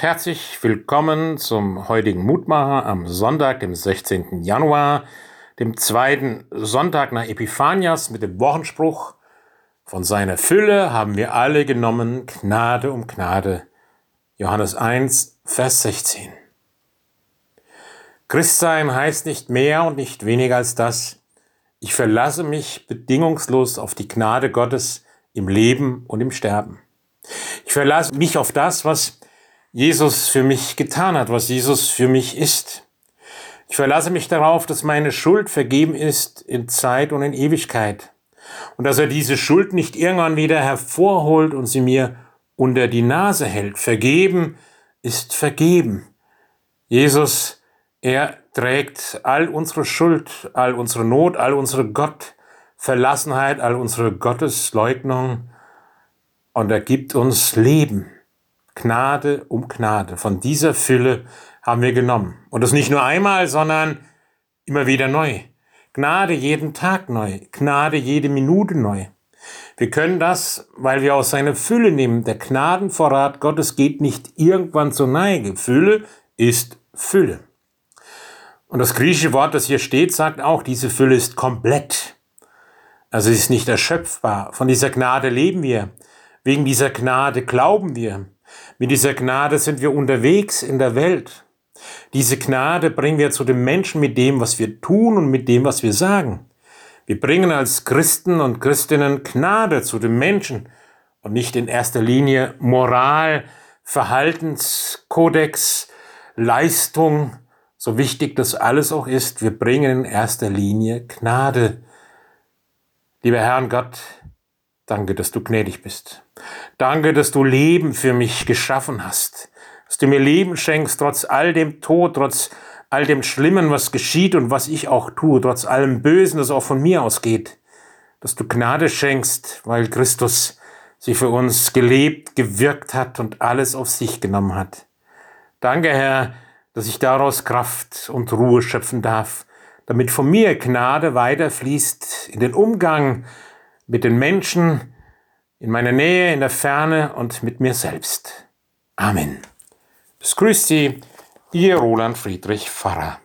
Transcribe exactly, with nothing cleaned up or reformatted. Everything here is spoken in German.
Herzlich willkommen zum heutigen Mutmacher am Sonntag, dem sechzehnten Januar, dem zweiten Sonntag nach Epiphanias mit dem Wochenspruch: Von seiner Fülle haben wir alle genommen, Gnade um Gnade. Johannes eins, Vers sechzehn. Christsein heißt nicht mehr und nicht weniger als das: Ich verlasse mich bedingungslos auf die Gnade Gottes im Leben und im Sterben. Ich verlasse mich auf das, was Jesus für mich getan hat, was Jesus für mich ist. Ich verlasse mich darauf, dass meine Schuld vergeben ist in Zeit und in Ewigkeit und dass er diese Schuld nicht irgendwann wieder hervorholt und sie mir unter die Nase hält. Vergeben ist vergeben. Jesus, er trägt all unsere Schuld, all unsere Not, all unsere Gottverlassenheit, all unsere Gottesleugnung und er gibt uns Leben. Gnade um Gnade. Von dieser Fülle haben wir genommen. Und das nicht nur einmal, sondern immer wieder neu. Gnade jeden Tag neu. Gnade jede Minute neu. Wir können das, weil wir aus seiner Fülle nehmen. Der Gnadenvorrat Gottes geht nicht irgendwann zur Neige. Fülle ist Fülle. Und das griechische Wort, das hier steht, sagt auch, diese Fülle ist komplett. Also sie ist nicht erschöpfbar. Von dieser Gnade leben wir. Wegen dieser Gnade glauben wir. Mit dieser Gnade sind wir unterwegs in der Welt. Diese Gnade bringen wir zu den Menschen mit dem, was wir tun und mit dem, was wir sagen. Wir bringen als Christen und Christinnen Gnade zu den Menschen und nicht in erster Linie Moral, Verhaltenskodex, Leistung, so wichtig das alles auch ist. Wir bringen in erster Linie Gnade. Lieber Herr und Gott, danke, dass du gnädig bist. Danke, dass du Leben für mich geschaffen hast. Dass du mir Leben schenkst, trotz all dem Tod, trotz all dem Schlimmen, was geschieht und was ich auch tue, trotz allem Bösen, das auch von mir ausgeht. Dass du Gnade schenkst, weil Christus sie für uns gelebt, gewirkt hat und alles auf sich genommen hat. Danke, Herr, dass ich daraus Kraft und Ruhe schöpfen darf, damit von mir Gnade weiterfließt in den Umgang mit den Menschen, in meiner Nähe, in der Ferne und mit mir selbst. Amen. Es grüßt Sie, Ihr Roland Friedrich Pfarrer.